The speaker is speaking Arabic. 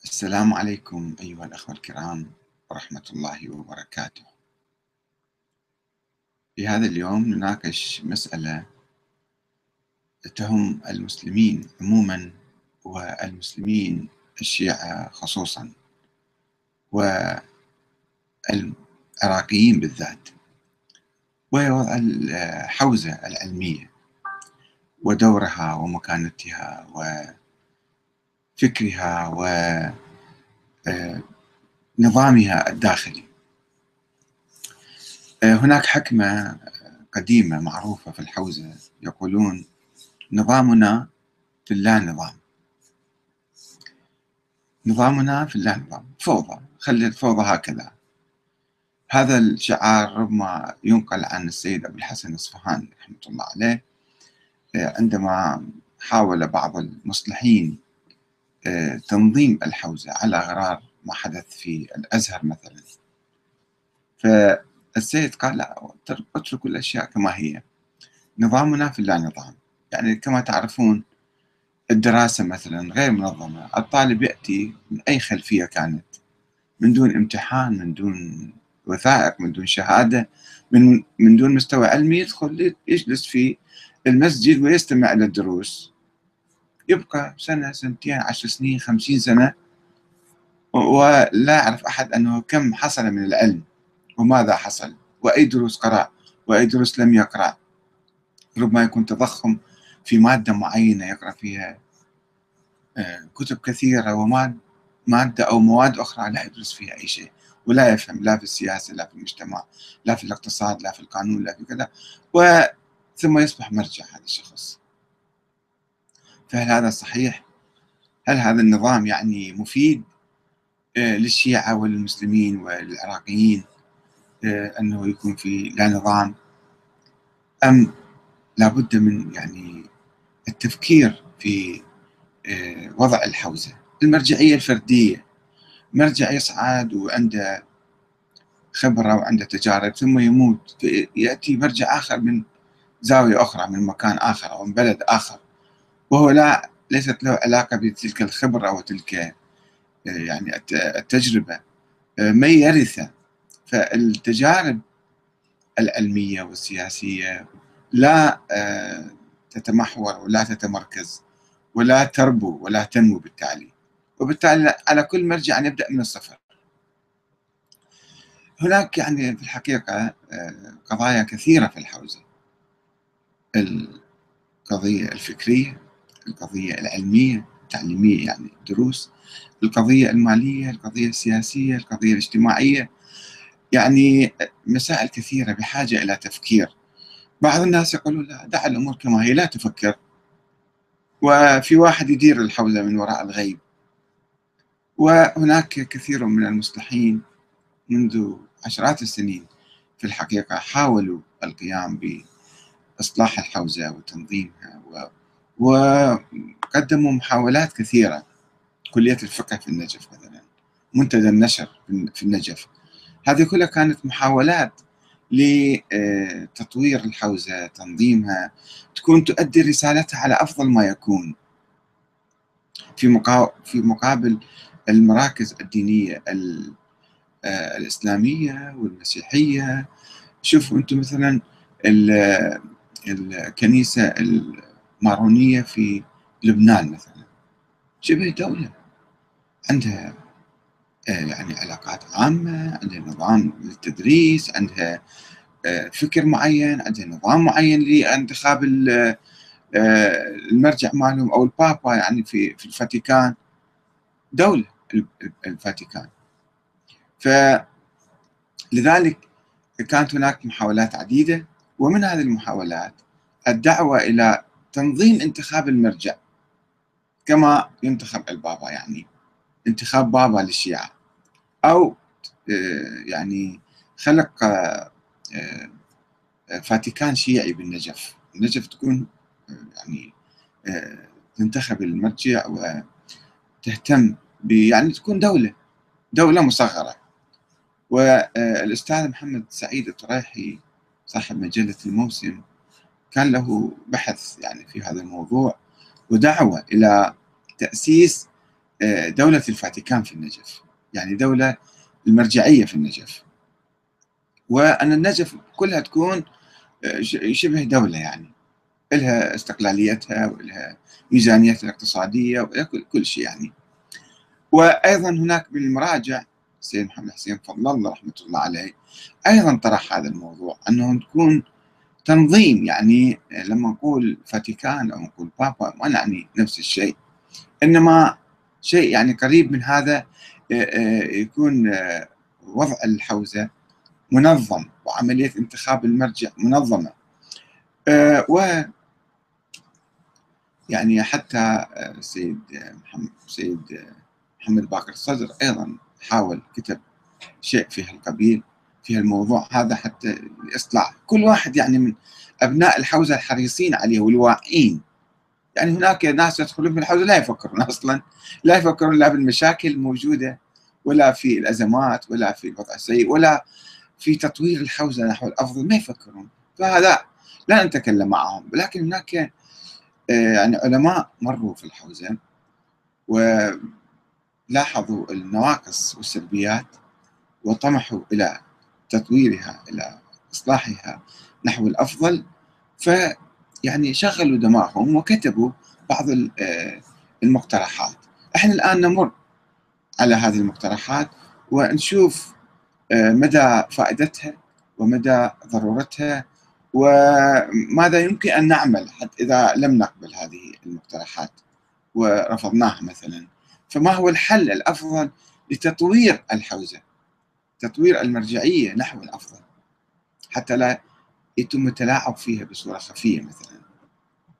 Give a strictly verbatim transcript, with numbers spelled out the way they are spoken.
السلام عليكم أيها الأخوة الكرام ورحمة الله وبركاته. في هذا اليوم نناقش مسألة تهم المسلمين عموما والمسلمين الشيعة خصوصا والعراقيين بالذات، وهي وضع الحوزة العلمية ودورها ومكانتها وفكرها ونظامها الداخلي. هناك حكمة قديمة معروفة في الحوزة يقولون: نظامنا في اللا نظام. نظامنا في اللا نظام، فوضى، خلي الفوضى هكذا. هذا الشعار ربما ينقل عن السيد أبو الحسن الأصفهاني رحمة الله عليه عندما حاول بعض المصلحين تنظيم الحوزة على غرار ما حدث في الأزهر مثلا، فالسيد قال: لا، اتركوا الأشياء كما هي، نظامنا في اللا نظام. يعني كما تعرفون الدراسة مثلا غير منظمة، الطالب يأتي من أي خلفية كانت، من دون امتحان، من دون وثائق، من دون شهادة، من من دون مستوى علمي، يدخل يجلس في المسجد ويستمع إلى الدروس، يبقى سنة، سنتين، عشر سنين، خمسين سنة، ولا يعرف أحد أنه كم حصل من العلم وماذا حصل وأي دروس قرأ وأي دروس لم يقرأ. ربما يكون تضخم في مادة معينة يقرأ فيها كتب كثيرة، ومادة مادة أو مواد أخرى لا يدرس فيها أي شيء، ولا يفهم، لا في السياسة، لا في المجتمع، لا في الاقتصاد، لا في القانون، لا في كذا، وثم يصبح مرجع هذا الشخص. فهل هذا صحيح؟ هل هذا النظام يعني مفيد للشيعة والمسلمين والعراقيين أنه يكون في لا نظام، أم لابد من يعني التفكير في وضع الحوزة؟ المرجعية الفردية، مرجع يصعد وعنده خبرة وعنده تجارب ثم يموت، يأتي مرجع آخر من زاوية أخرى، من مكان آخر أو من بلد آخر، وهو لا ليست له علاقة بتلك الخبرة وتلك يعني التجربة، ما يرثه. فالتجارب العلمية والسياسية لا تتمحور ولا تتمركز ولا تربو ولا تنمو بالتالي، وبالتالي على كل مرجع أن يبدأ من الصفر. هناك يعني في الحقيقة قضايا كثيرة في الحوزة: القضية الفكرية، القضية العلمية التعليمية يعني دروس، القضية المالية، القضية السياسية، القضية الاجتماعية، يعني مسائل كثيرة بحاجة إلى تفكير. بعض الناس يقولون: لا، دع الأمور كما هي، لا تفكر، وفي واحد يدير الحوزة من وراء الغيب. وهناك كثير من المصلحين منذ عشرات السنين في الحقيقة حاولوا القيام بإصلاح الحوزة وتنظيمها، وقدموا محاولات كثيرة. كلية الفقه في النجف مثلا، منتدى النشر في النجف، هذه كلها كانت محاولات لتطوير الحوزة، تنظيمها، تكون تؤدي رسالتها على أفضل ما يكون في في مقابل المراكز الدينية الإسلامية والمسيحية. شوفوا أنتم مثلا الكنيسة المارونية في لبنان مثلا، شبه دولة، عندها يعني علاقات عامة، عندها نظام للتدريس، عندها فكر معين، عندها نظام معين لانتخاب المرجع مالهم أو البابا، يعني في في الفاتيكان، دولة الفاتيكان. فلذلك كانت هناك محاولات عديدة، ومن هذه المحاولات الدعوة إلى تنظيم انتخاب المرجع كما ينتخب البابا، يعني انتخاب بابا للشيعة، أو يعني خلق فاتيكان شيعي بالنجف. النجف تكون يعني تنتخب المرجع وتهتم ب يعني تكون دولة دولة مصغرة. والأستاذ محمد سعيد الطريحي صاحب مجلة الموسم كان له بحث يعني في هذا الموضوع، ودعوة إلى تأسيس آه، دولة الفاتيكان في النجف، يعني دولة المرجعية في النجف، وأن النجف كلها تكون آه، شبه دولة، يعني لها استقلاليتها ولها ميزانيتها الاقتصادية ولها كل, كل شيء يعني. وأيضا هناك بالمراجع السيد محمد حسين فضل الله رحمة الله عليه أيضا طرح هذا الموضوع، أنه تكون تنظيم، يعني لما نقول فاتيكان أو نقول بابا ما نعني نفس الشيء، إنما شيء يعني قريب من هذا، آه، آه، يكون آه، وضع الحوزة منظم وعملية انتخاب المرجع منظمة. آه، و يعني حتى آه، السيد آه، محمد سيد آه، محمد باقر الصدر أيضا حاول كتب شيء في هالقبيل في الموضوع هذا، حتى الإصلاح كل واحد يعني من أبناء الحوزة الحريصين عليه والواعين. يعني هناك ناس يدخلون في الحوزة لا يفكرون أصلا، لا يفكرون لا بالمشاكل الموجودة ولا في الأزمات ولا في الوضع السيء ولا في تطوير الحوزة نحو الأفضل، ما يفكرون. فهذا لا نتكلم معهم، ولكن هناك آه، يعني علماء مروا في الحوزة ولاحظوا النواقص والسلبيات وطمحوا إلى تطويرها، إلى إصلاحها نحو الأفضل، فيعني شغلوا دماغهم وكتبوا بعض آه، المقترحات. احنا الآن نمر على هذه المقترحات ونشوف آه، مدى فائدتها ومدى ضرورتها وماذا يمكن أن نعمل حتى إذا لم نقبل هذه المقترحات ورفضناها مثلا. فما هو الحل الأفضل لتطوير الحوزة، تطوير المرجعية نحو الأفضل، حتى لا يتم التلاعب فيها بصورة خفية مثلا.